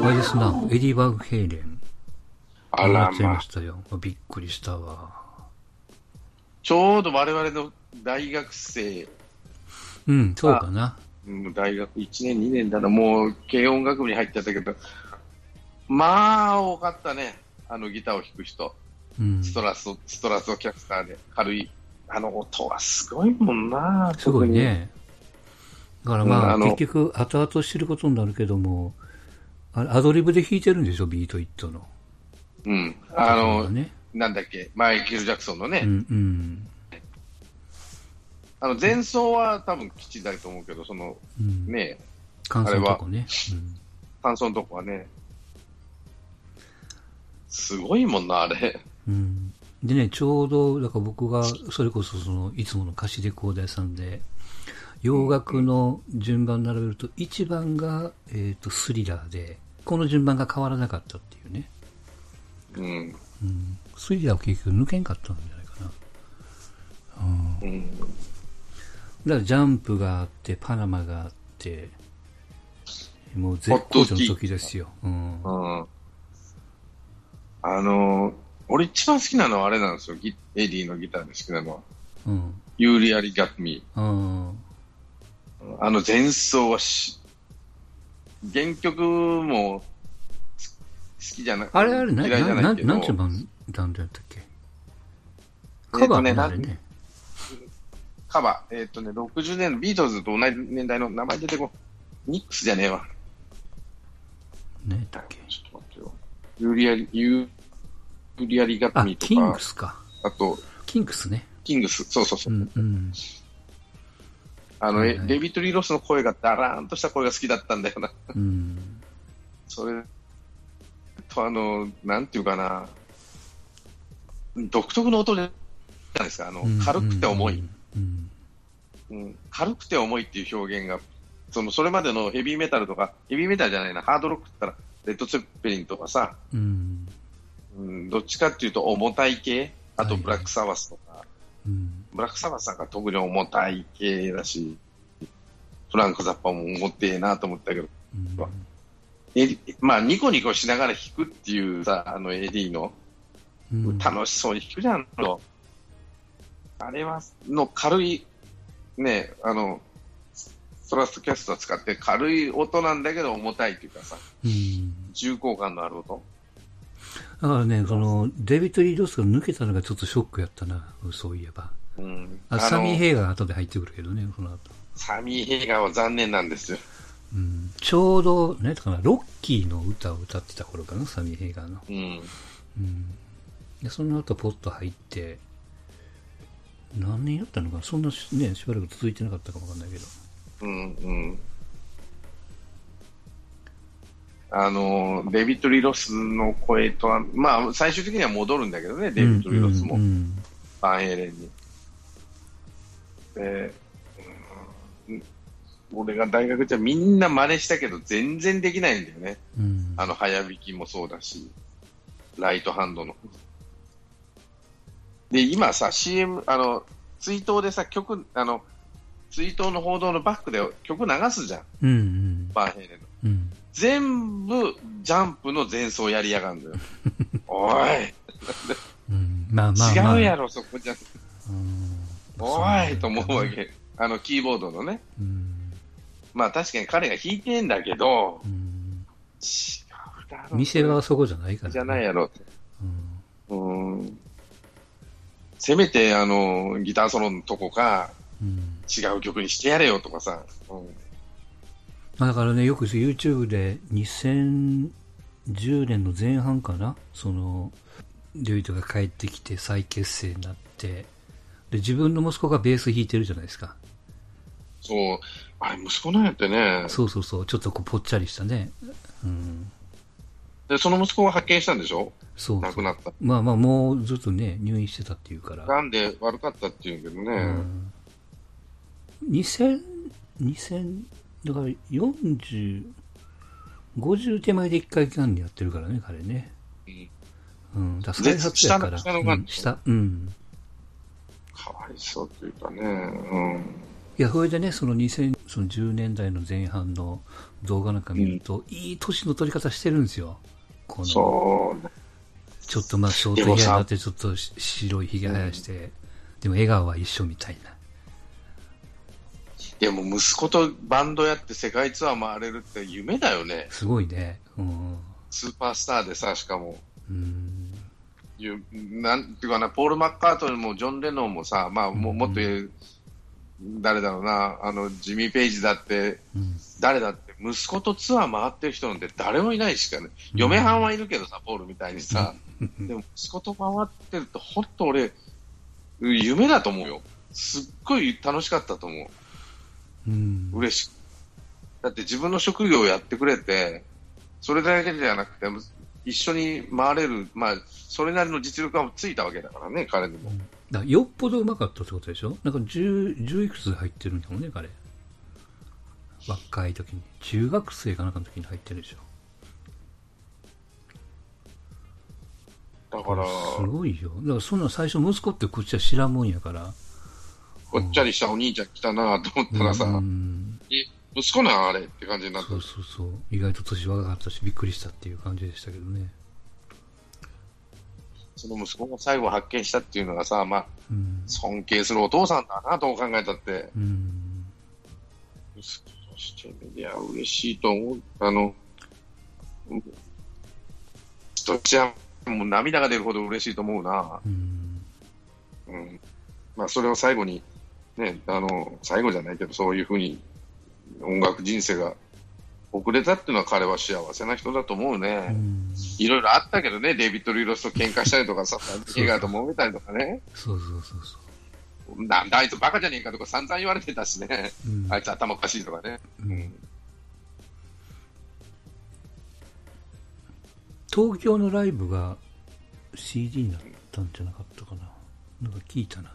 あれですな、エディ・バンヘイレン。 あらっちゃいまあ。 ましたよ。びっくりしたわ。 ちょうど我々の大学生うん、そうかな。 大学1年、2年だな、もう軽音楽部に入っちゃったけど、まあ、多かったね、ギターを弾く人、 うん。 ストラスキャスターで、軽い、音はすごいもんな、 すご特に。 いね。だからうん、 まあ、結局、後々知ることになるけども、あれアドリブで弾いてるんでしょ、ビートイットの。 うん、 ところがね。 なんだっけ、マイケル・ジャクソンのね、 うん、うん。 前奏は多分吉だと思うけど、 うん。 ね、 感あれは、 想のとこね。うん。 感想のとこはね、すごいもんな、あれ。 うん。でね、ちょうど、だから僕が、それこそいつもの貸しレコーダー屋さんで、洋楽の順番並べると、1番が、スリラーで、この順番が変わらなかったっていうね。 うん。 うん。スリラーは結局抜けんかったんじゃないかな。うん。 うん。 だからジャンプがあって、パナマがあって、もう絶好調の時ですよ。うん。 うん。俺一番好きなのはあれなんですよ。エディのギターで好きなのは。 うん。 You Really Got Me。 うん。 前奏は原曲も好きじゃな、 あれあれ、 嫌いじゃないけど。 なんちゅうバンドやったっけ？カバーね、あれね。 カバー。60年のビートルズと同じ年代の名前出てこニックスじゃねえわ。 ねだっけ？ ちょっと待ってよ。You Really Got Me とか。 キングスか。 あと、 キングスね。 キングス。そうそうそう。 うんうん。 デビッド・リー・ロスの声がダラーンとした声が好きだったんだよな。 うん。 それとなんていうかな、独特の音じゃないですか。軽くて重い、軽くて重いっていう表現が、それまでのヘビーメタルとか、ヘビーメタルじゃないな、ハードロックって言ったら、レッド・ツェッペリンとかさ、どっちかっていうと重たい系、あとブラック・サバスとか、ブラック・サバスさんが特に重たい系だし、フランク・ザッパも重てえなと思ったけど、まあニコニコしながら弾くっていうさ、エディの、楽しそうに弾くじゃんと、あれは軽いね、ストラスキャストを使って軽い音なんだけど重たいっていうかさ、重厚感のある音。 だからね、デビッド・リー・ロスが抜けたのがちょっとショックやったな、そういえば。サミー・ヘイガーが後で入ってくるけどね、その後。 サミー・ヘイガーは残念なんですよ。 ちょうど、ね、ロッキーの歌を歌ってた頃かな、サミー・ヘイガーの。でその後ポッと入って、何年やったのかな、そんなね、しばらく続いてなかったかもわかんないけど。 デビッド・リロスの声とは、まあ、最終的には戻るんだけどね、デビッド・リロスも、バンヘイレンに。俺が大学じゃみんな真似したけど、全然できないんだよね。早弾きもそうだし、ライトハンドの。で、今さ、CM、追悼でさ、追悼の報道のバックで曲流すじゃん。バンヘイレンの。全部ジャンプの前奏やりやがんだよ。おい違うやろ、そこじゃ。おいと思うわけ。キーボードのね。まあ確かに彼が弾いてんだけど、違うだろ。 店はそこじゃないから、ね。 じゃないやろ。せめてギターソロのとこか、違う曲にしてやれよとかさ。 だからね、よく YouTube で2010年の前半かな、デビッドが帰ってきて再結成になって、で、自分の息子がベース弾いてるじゃないですか。 そう、あれ息子なんやってね。 そうそうそう、ちょっとぽっちゃりしたね。 で、その息子が発見したんでしょ？ そう。 亡くなった。 まあまあ、もうずっとね、入院してたっていうから。 癌で悪かったっていうんけどね。 だから50手前で一回癌でやってるからね、彼ね。だから再発やから。 下の癌。 下。かわいそうっていうかね。 いや、それでね、その10年代の前半の動画なんか見ると、いい年の取り方してるんですよ。このそう。 ちょっとまあショートヘアになってちょっと白いひげ生やして、でも笑顔は一緒みたいな。 でも息子とバンドやって世界ツアー回れるって夢だよね。 すごいね。うん。 スーパースターでさ、しかも。 うんなんていうかな、ポール・マッカートニーもジョン・レノンもさ、まあ、もっと言う、誰だろうな、ジミー・ペイジだって、誰だって、息子とツアー回ってる人なんて誰もいないしかね。嫁はんはいるけどさ、ポールみたいにさ。でも息子と回ってると、ほんと俺、夢だと思うよ。すっごい楽しかったと思う。嬉しい。だって自分の職業をやってくれて、それだけじゃなくて、一緒に回れる、まあ、それなりの実力がついたわけだからね、彼にも。 だよっぽど上手かったってことでしょ。なんか10いくつ入ってるんだもんね、彼。若い時に。中学生かなんかの時に入ってるでしょ。 だから。 すごいよ。だからそんな最初息子ってこっちは知らんもんやから。 こっちゃりしたお兄ちゃん来たなと思ったらさ、息子なんあれって感じになった。 そうそうそう。意外と年若かったし、びっくりしたっていう感じでしたけどね。 その息子が最後発見したっていうのがさ、まあ、尊敬するお父さんだなと考えたって。息子としていや、嬉しいと思う。どっちはもう涙が出るほど嬉しいと思うな。まあ、それを最後に、ね、最後じゃないけど、そういうふうに音楽人生が遅れたっていうのは彼は幸せな人だと思うね。いろいろあったけどね、デイビッド・リー・ロスと喧嘩したりとかさ、映画と揉めたりとかね。 そうそうそうそう。 なんだあいつバカじゃねえかとか散々言われてたしね。あいつ頭おかしいとかね。 東京のライブが CD になったんじゃなかったかな。なんか聞いたな。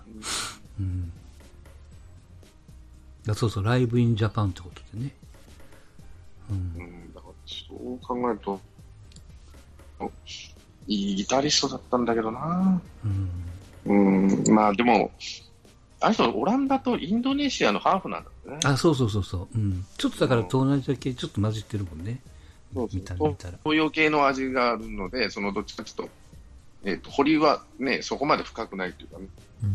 そうそう、ライブインジャパンってことでね。 だからそう考えると、いいギタリストだったんだけどな。まあでも、あの人、オランダとインドネシアのハーフなんだね。 あ、そうそうそうそう。ちょっとだから東南アジア系ちょっと混じってるもんね。 見たら。東洋系の味があるので、そのどっちかちょっと、彫りはね、そこまで深くないというかね。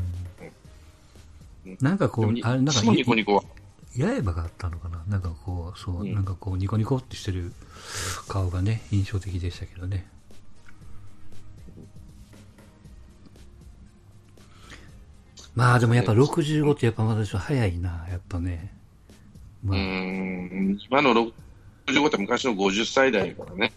なんかこう、あれ、なんかニコニコは。 刃があったのかな。なんかこう、そう、なんかこう、ニコニコってしてる顔がね、印象的でしたけどね。まあでもやっぱ65ってやっぱ私は早いな、やっぱね。 今の65って昔の50歳代からね。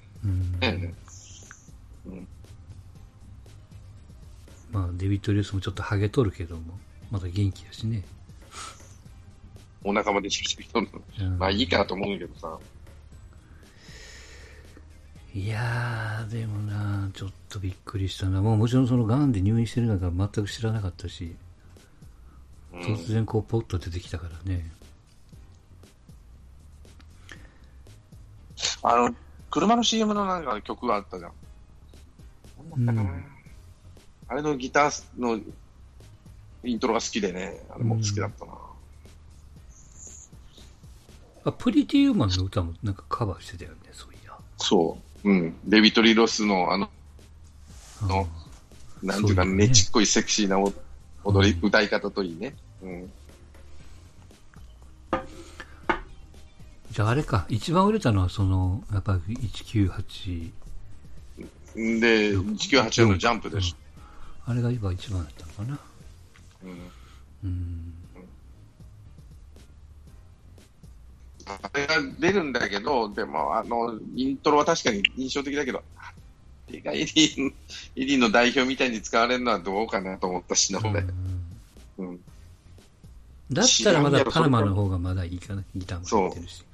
まあデビッド・リュースもちょっとハゲとるけども、まだ元気やしね。 お腹までしてきてる人まあいいかと思うけどさ。 いやー、でもな、ちょっとびっくりしたな。もちろんその癌で入院してるのか全く知らなかったし、突然こうポッと出てきたからね。 車の CM のなんか曲があったじゃん。あれのギターのイントロが好きでね、あれも好きだったな。 プリティ・ウーマンの歌もなんかカバーしてたよね、そういや。 そう。デビッド・リー・ロスのなんていうか、ねちっこいセクシーな歌い方といいね。 じゃああれか、一番売れたのはやっぱり198。 で、198のジャンプです。 あれが今一番だったのかな。 あれが出るんだけど、でもイントロは確かに印象的だけど、エディの代表みたいに使われるのはどうかなと思ったしな、俺。 だったらまだパナマの方がまだいいかな、ギターも入ってるし。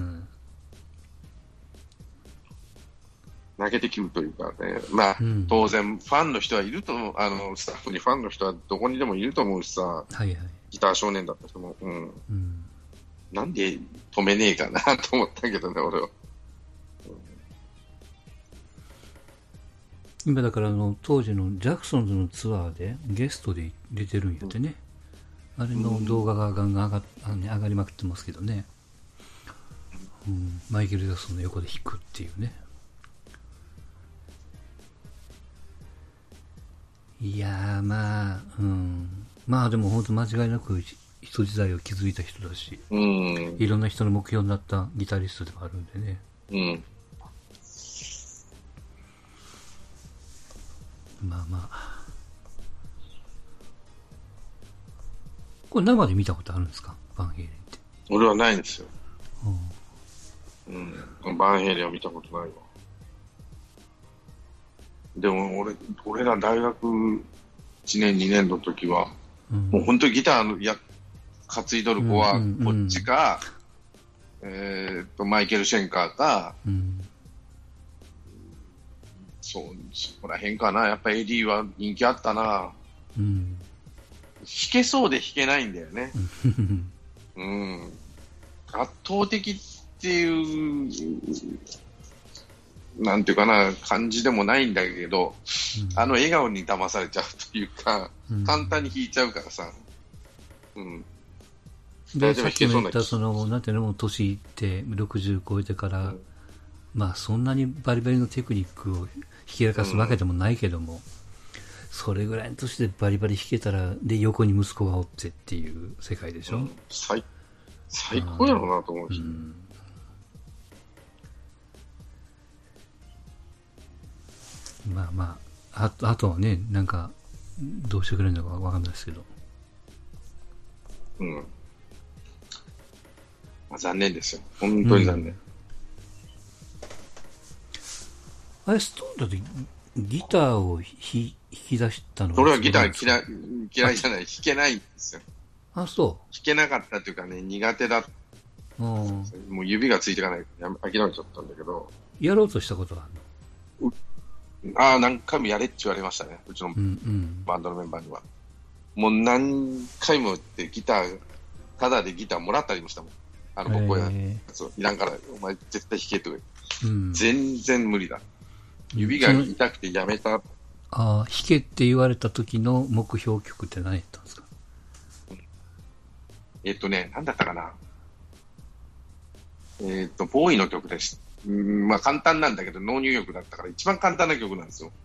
投げてきるというかね、まあ、当然、ファンの人はいると思う、スタッフにファンの人はどこにでもいると思うしさ、ギター少年だった人も、なんで止めねえかなと思ったけどね、俺は。 今だから当時のジャクソンズのツアーでゲストで出てるんやってね。あれの動画がガンガン上がりまくってますけどね。 マイケル・ジャクソンの横で弾くっていうね。いやー、まあでも本当間違いなく一時代を築いた人だし、いろんな人の目標になったギタリストでもあるんでね。まあ。これ生で見たことあるんですか、バンヘイレンって。 俺はないんですよ。バンヘイレンは見たことないわ。でも俺ら大学1年2年の時は、もう本当にギターの担いどる子はこっちか、マイケル・シェンカーか、そこら辺かな。やっぱエディは人気あったな。弾けそうで弾けないんだよね。圧倒的っていうなんていうかな感じでもないんだけど、あの笑顔に騙されちゃうというか、簡単に弾いちゃうからさ。 で、さっきも言ったなんていうのも年いって60超えてから、まあそんなにバリバリのテクニックをひけらかすわけでもないけども、それぐらいの年でバリバリ弾けたら、で横に息子がおってっていう世界でしょ。 最高やろうなと思うし。 まあとはね、なんかどうしてくれるのかわかんないですけど。 残念ですよ。本当に残念。 あれ、ストーンだってギターを弾き出したのは、 俺はギター嫌いじゃない、弾けないんですよ。 あ、そう。 弾けなかったというかね、苦手だ。もう指がついていかない諦めちゃったんだけど。 やろうとしたことはあるの？何回もやれって言われましたね。うちのバンドのメンバーには。もう何回もってただでギターもらったりもしたもん。僕は、いらんから、お前絶対弾けとか言って。全然無理だ。指が痛くてやめた。 弾けって言われた時の目標曲って何やったんですか？ なんだったかな。ボーイの曲です。まあ簡単なんだけど、ノー入力だったから一番簡単な曲なんですよ。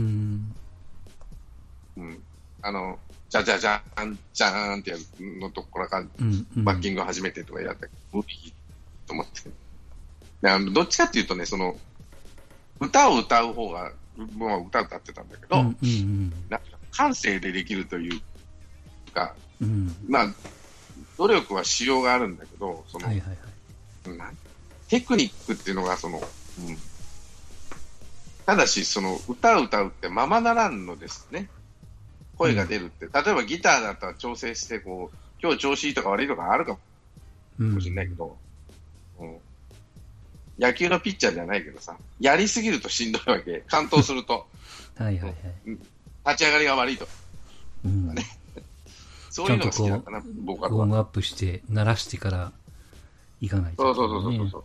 じゃじゃじゃんじゃーんってやるのところから、バッキングを始めてとかやったけど、無理と思って。どっちかっていうとね、歌を歌う方が、歌ってたんだけど、感性でできるというか、まあ、努力はしようがあるんだけど、テクニックっていうのが、ただし、歌を歌うってままならんのですね。声が出るって。例えばギターだったら調整して、今日調子いいとか悪いとかあるかもしれないけど、野球のピッチャーじゃないけどさ、やりすぎるとしんどいわけ。完投すると。立ち上がりが悪いと。そういうのが好きだったな、ボーカルは。 ウォームアップして、鳴らしてからいかないと、 そう。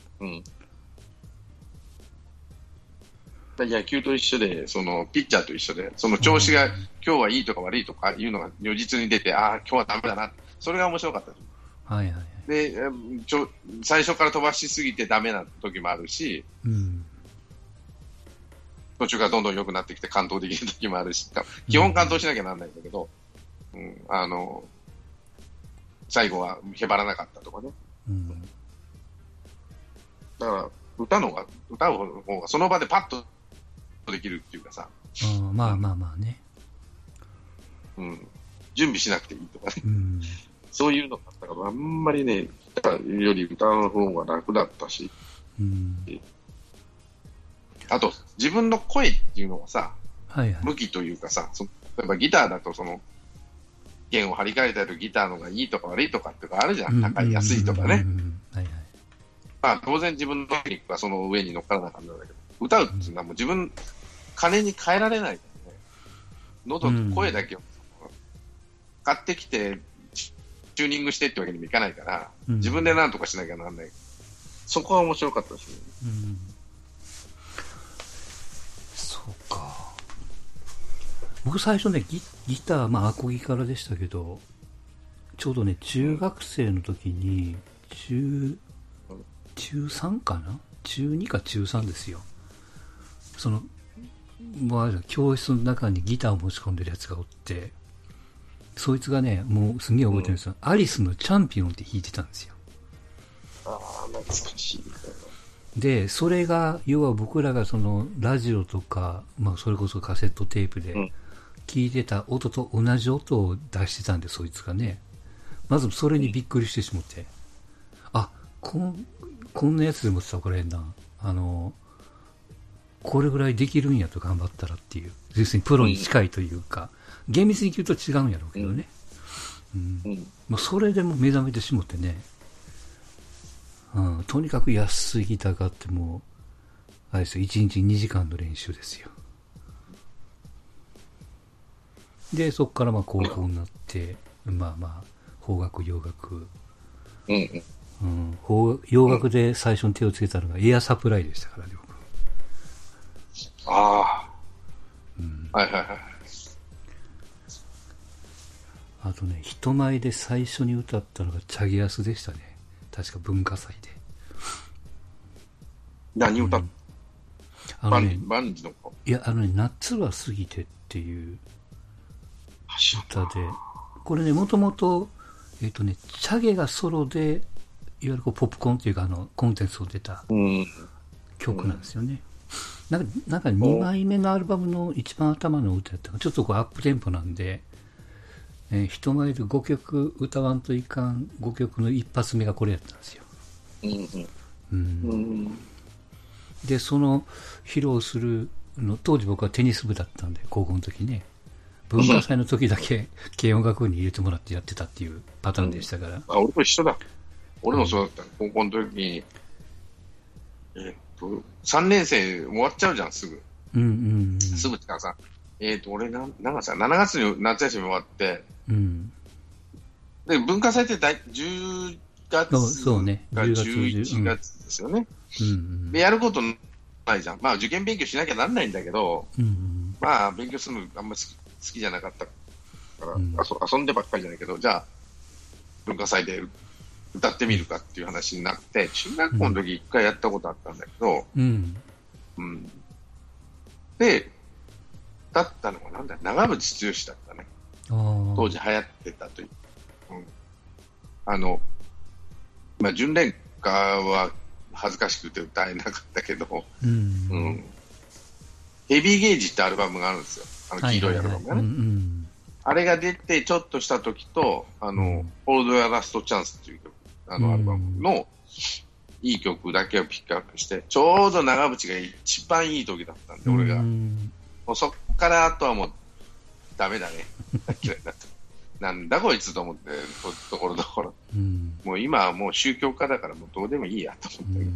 野球と一緒で、ピッチャーと一緒で、調子が今日はいいとか悪いとかいうのが如実に出て、今日はダメだな。それが面白かったです。で、最初から飛ばしすぎてダメな時もあるし、途中からどんどん良くなってきて完投できる時もあるし、基本完投しなきゃなんないんだけど、最後はへばらなかったとかね。だから歌う方がその場でパッとできるっていうかさ。 まあね。 準備しなくていいとかね。そういうのだったからあんまりね、ギターより歌の方が楽だったし。あと自分の声っていうのがさ、向きというかさ、例えばギターだと弦を張り替えたりギターのがいいとか悪いとかっていうかあるじゃん。高い安いとかね。まあ当然自分のテクニックはその上に乗っからなかったんだけど、歌うっていうのはもう自分金に変えられないからね。喉と声だけを買ってきてチューニングしてってわけにもいかないから、自分で何とかしなきゃなんない。そこは面白かったですね。 そうか。僕最初ねギターアコギからでしたけど、ちょうどね中学生の時に中3かな、中2か中3ですよ。その、もうあれだ、教室の中にギターを持ち込んでるやつがおって、そいつがね、もうすげえ覚えてるんですよ。アリスのチャンピオンって弾いてたんですよ。 ああ、懐かしい。 で、それが、要は僕らがその、ラジオとか、まあそれこそカセットテープで聞いてた音と同じ音を出してたんで、そいつがね。まずそれにびっくりしてしまって、あ、こんなやつでもさ、これな、これぐらいできるんやと頑張ったらっていう、要するにプロに近いというか、厳密に言うと違うんやろうけどね。もうそれでも目覚めてしもってね、とにかく安いギター買ってもう、あれですよ、1日2時間の練習ですよ。で、そこからまあ高校になって、まあまあ、邦楽、洋楽、洋楽で最初に手をつけたのがエアサプライでしたからね、僕。 ああ、はいはいはい。 あとね、人前で最初に歌ったのがチャゲアスでしたね。確か文化祭で。 何歌っあのね、 バンジの子。 いや、夏は過ぎてっていう歌で、これね、もともと、チャゲがソロで、いわゆるこうポップコーンっていうか、コンテンツを出た曲なんですよね。なんか2枚目のアルバムの一番頭の歌やったか、ちょっとこうアップテンポなんで、人前で5曲歌わんといかん5曲の一発目がこれやったんですよ。で、その披露するの、当時僕はテニス部だったんで、高校の時ね、文化祭の時だけ軽音楽部に入れてもらってやってたっていうパターンでしたから。 あ、俺と一緒だ。俺もそうだった。高校の時に、3年生終わっちゃうじゃん、すぐ。すぐってかさ、俺なんかさ、7月に夏休み終わって、で、文化祭って10月か11月ですよね。で、やることないじゃん。まあ、受験勉強しなきゃなんないんだけど、まあ、勉強するのあんまり好きじゃなかったから、遊んでばっかりじゃないけど、じゃあ、文化祭で歌ってみるかっていう話になって、中学校の時一回やったことあったんだけど、で、だったのがなんだ、長渕剛だったね。当時流行ってたという。まあ、純恋歌は恥ずかしくて歌えなかったけど、ヘビーゲージってアルバムがあるんですよ。黄色いアルバムがね。あれが出てちょっとした時と、ホールド・ヤ・ラスト・チャンスっていう曲、アルバムのいい曲だけをピックアップして、ちょうど長渕が一番いい時だったんで、俺が。もうそっからあとはもうダメだね。嫌いになった。なんだこいつと思って、ところどころ。もう今はもう宗教家だからもうどうでもいいやと思ったけ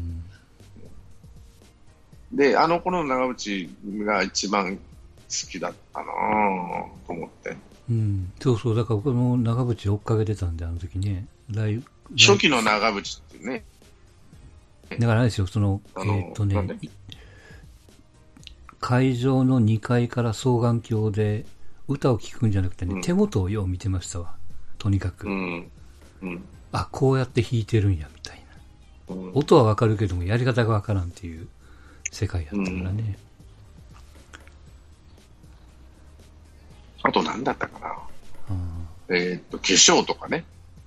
ど。で、あの頃の長渕が一番好きだったなぁと思って。 そうそう、だからこの長渕追っかけてたんで、あの時ね。 初期の長渕ってね。 だからあれですよ、会場の2階から双眼鏡で歌を聴くんじゃなくてね、手元をよう見てましたわ。とにかく。あ、こうやって弾いてるんや、みたいな。音はわかるけども、やり方がわからんっていう世界やったからね。 あと何だったかな。化粧とかね。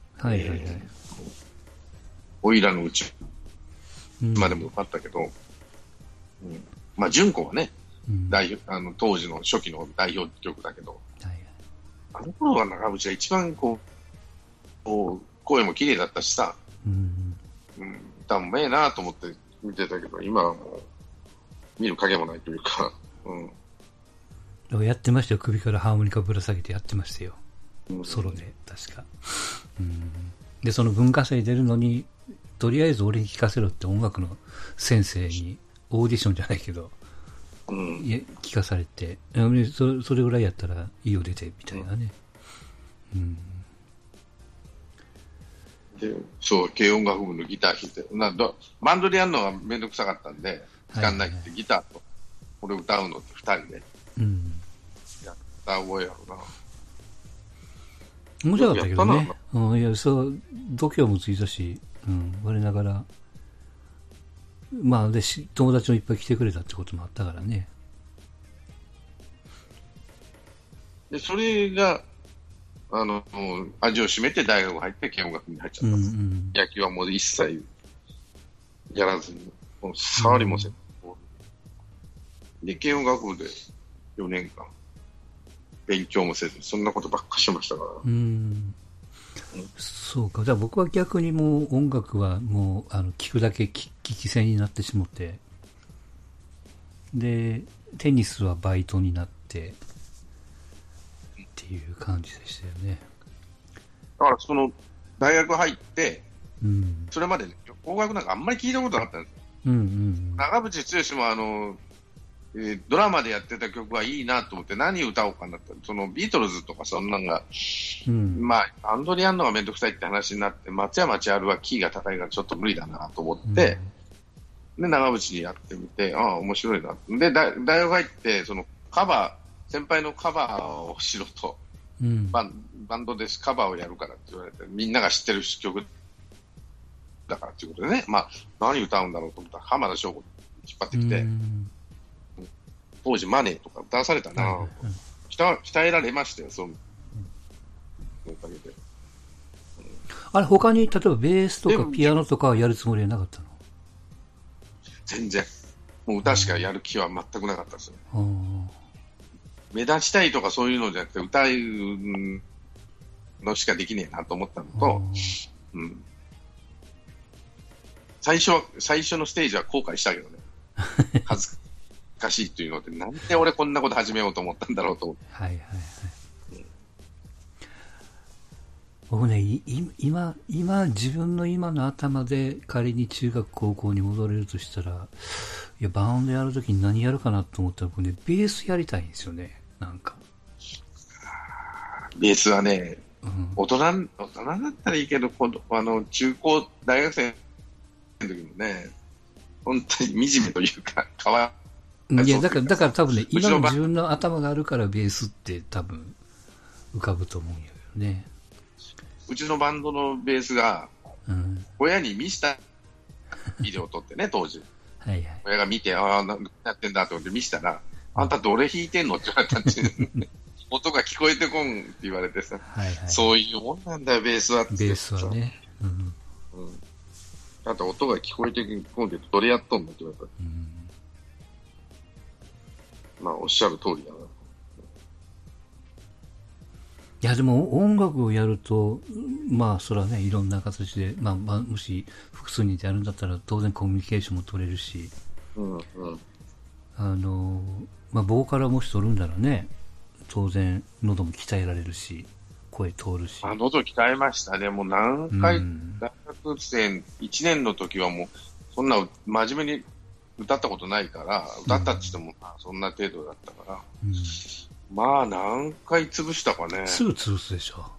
おいらのうち。まあでもよかったけど、まあ純子はね、当時の初期の代表曲だけど、あの頃は長渕が一番こう声も綺麗だったしさ、歌もええなと思って見てたけど、今はもう見る影もないというか、 やってましたよ、首からハーモニカぶら下げてやってましたよ、ソロで確か。で、その文化祭出るのに、とりあえず俺に聴かせろって音楽の先生にオーディションじゃないけど、聞かされて、それぐらいやったらいいよ出てみたいなね。 で、そう、軽音楽部のギター弾いて、バンドでやるのがめんどくさかったんで、時間ないってギターと俺歌うのって2人でやった覚えやろな。 面白かったけどね。いや、そう、度胸もついたし、我ながらまあ、で、友達もいっぱい来てくれたってこともあったからね。 で、それが、味を占めて大学入って軽音楽部に入っちゃったんです。野球はもう一切やらずに、もう触りもせん。で、軽音楽部で4年間、勉強もせず、そんなことばっかしましたから。 そうか。じゃあ僕は逆にもう音楽はもう、聞くだけ聞き戦になってしもって、で、テニスはバイトになって、っていう感じでしたよね。 だからその、大学入って、それまで、ね、邦楽なんかあんまり聞いたことなかったんですよ。長渕剛もドラマでやってた曲はいいなと思って何歌おうかなって、そのビートルズとかそんなんが、まあ、バンドでやるのがめんどくさいって話になって、松山千春はキーが高いからちょっと無理だなと思って、で、長渕にやってみて、ああ、面白いな。で、大学入って、その先輩のカバーをしろと、バンドでカバーをやるからって言われて、みんなが知ってる曲だからっていうことでね、まあ、何歌うんだろうと思ったら、浜田省吾引っ張ってきて、当時マネーとか歌わされたな、鍛えられましたよ、そのおかげで。 あれ、他に例えばベースとかピアノとかやるつもりはなかったの？ 全然。もう歌しかやる気は全くなかったですよ。目立ちたいとかそういうのじゃなくて、歌うのしかできねえなと思ったのと、最初のステージは後悔したけどね。恥ずかしいっていうので、なんで俺こんなこと始めようと思ったんだろうと思って。 僕ね、今、自分の今の頭で仮に中学高校に戻れるとしたら、いや、バンドやるときに何やるかなと思ったら、僕ね、ベースやりたいんですよね、なんか。 ベースはね、大人だったらいいけど、中高、大学生の時もね、本当に惨めというか、 いや、だから多分ね、今の自分の頭があるからベースって多分浮かぶと思うんやけどね。 うちのバンドのベースが、親に見せたビデオを撮ってね、当時。親が見て、ああ、何やってんだと思って見せたら、あんたどれ弾いてんのって言われたんですよ。音が聞こえてこんって言われてさ、そういうもんなんだよ、ベースはって。 ベースはね。 あと音が聞こえてこんでどれやっとんのって言われた。まあ、おっしゃる通りだな。 いや、でも音楽をやると、まあ、それはね、いろんな形で、まあ、もし複数人でやるんだったら、当然コミュニケーションも取れるし、まあ、ボーカルはもし取るんだらね、当然、喉も鍛えられるし、声通るし。 喉鍛えましたね。もう何回、大学生1年の時はもう、そんな真面目に歌ったことないから、歌ったって言っても、そんな程度だったから、まあ、何回潰したかね。 すぐ潰すでしょ。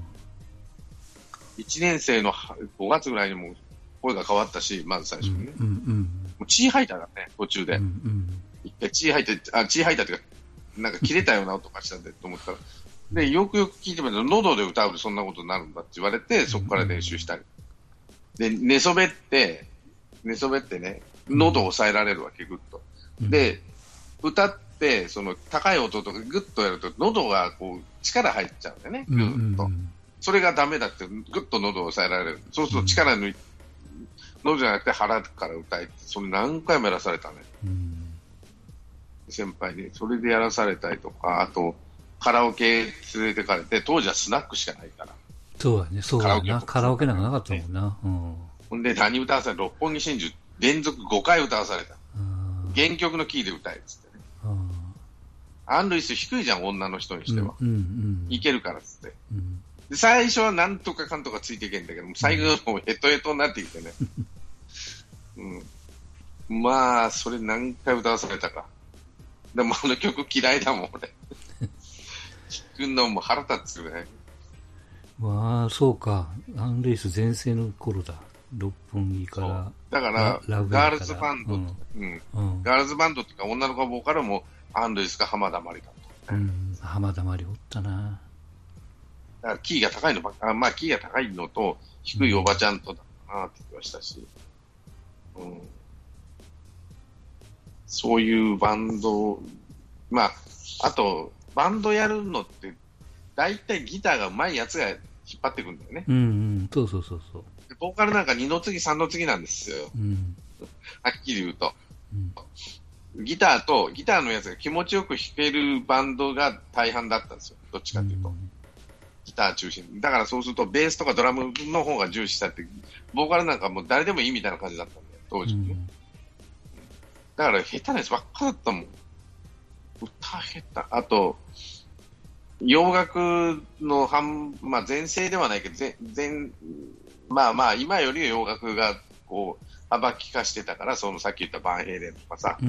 1年生の5月ぐらいにも声が変わったし、まず最初にね。もう血吐いたからね、途中で。一回血吐いたっていうか、なんか切れたような音がしたんでと思ったら、で、よくよく聞いてみると、喉で歌うとそんなことになるんだって言われて、そこから練習したり。で、寝そべってね、喉を抑えられるわけ、ぐっと。で、歌って、その高い音とかグッとやると、喉がこう力入っちゃうんだよね、ぐっと。それがダメだって、ぐっと喉を抑えられる。そうすると力抜いて、喉じゃなくて腹から歌えって、それ何回もやらされたね。先輩に。それでやらされたりとか、あと、カラオケ連れてかれて、当時はスナックしかないから。 そうだね、そうだな。カラオケなんかなかったもんな。 ほんで、何歌わされた？六本木真珠、連続5回歌わされた。原曲のキーで歌えっつってね。アン・ルイス低いじゃん、女の人にしては。いけるからっつって。で最初はなんとかかんとかついていけんだけども、最後もうヘトヘトになってきてね。まあ、それ何回歌わされたか。でもあの曲嫌いだもん、俺。聞くのも腹立つよね。 まあ、そうか。アン・ルイス全盛の頃だ。六本木から。 だから、ガールズバンド、ガールズバンドっていうか、女の子ボーカルもアン・ルイスか浜田真理かと、 浜田真理おったな。 だからキーが高いの、まあキーが高いのと低いおばちゃんとだなって言ってましたし、 そういうバンド、まあ、あと、バンドやるのって、大体ギターが上手いやつが引っ張ってくるんだよね。 うんうん、そうそうそうそう。 ボーカルなんか2の次、3の次なんですよ。 うん、 はっきり言うと。 うん、 ギターのやつが気持ちよく弾けるバンドが大半だったんですよ。どっちかというと。ギター中心。だからそうすると、ベースとかドラムの方が重視されて、ボーカルなんかもう誰でもいいみたいな感じだったんだよ、当時ね。だから下手なやつばっかだったもん。歌下手。あと、洋楽のまあ前世ではないけど、まあまあ今より洋楽がこう、幅利かしてたから、そのさっき言ったバンヘイレンとかさ、 うんうん、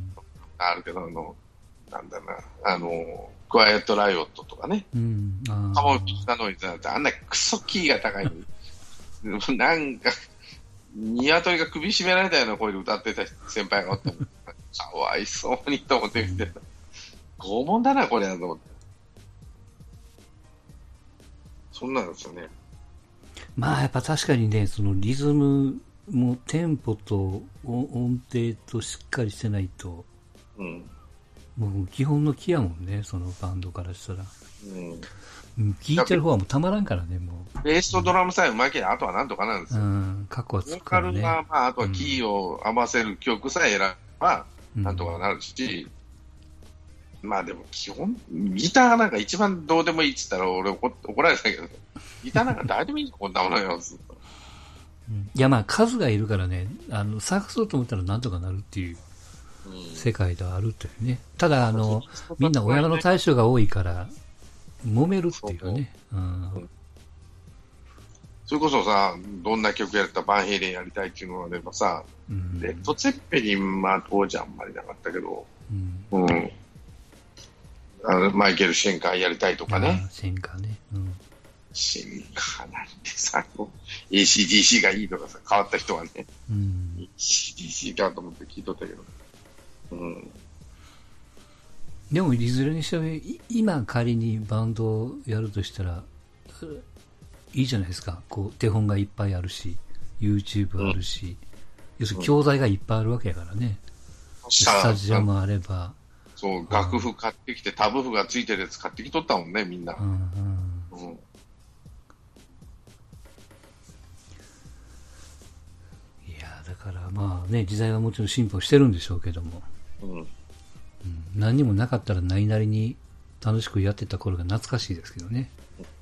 あるけど、なんだな、クワイエットライオットとかね、カモンピッタノイズなんてあんなクソキーが高いのに、なんか、鶏が首絞められたような声で歌ってた先輩がおったもん。かわいそうにと思って見てた。拷問だな、これと思って。そんなんですよね。 まあやっぱ確かにね、そのリズムもテンポと音程としっかりしてないと、 うん、 もう基本の木やもんね、そのバンドからしたら。 うん、 聴いてる方はもうたまらんからね、もう。 ベースとドラムさえうまければ、あとはなんとかなんですよ。 過去はつくボーカからね。 ルが、まあ、あとはキーを合わせる曲さえ選べば、なんとかなるし、まあでも基本、ギターがなんか一番どうでもいいって言ったら俺怒られたけど、ギターなんか誰でもいいこんなものよ、ずっと。 いやまあ数がいるからね、探そうと思ったらなんとかなるっていう世界ではあるというね。ただみんな親の対象が多いから、揉めるっていうね。 それこそさ、どんな曲やったらバンヘイレンやりたいっていうのがあればさ、レッド・ツェッペリンは当時あんまりなかったけど、マイケル・シェンカーやりたいとかね。 シェンカーね。 シェンカーなんてさ、ACDC がいいとかさ、変わった人はね、ACDC かと思って聞いとったけど。 でもいずれにしても今仮にバンドをやるとしたらいいじゃないですか。こう手本がいっぱいあるし YouTube あるし、要するに教材がいっぱいあるわけやからね。スタジオもあれば、 そう楽譜買ってきてタブ譜がついてるやつ買ってきとったもんね、みんな。いやだからまあね、時代はもちろん進歩してるんでしょうけども、何にもなかったらないなりに楽しくやってた頃が懐かしいですけどね。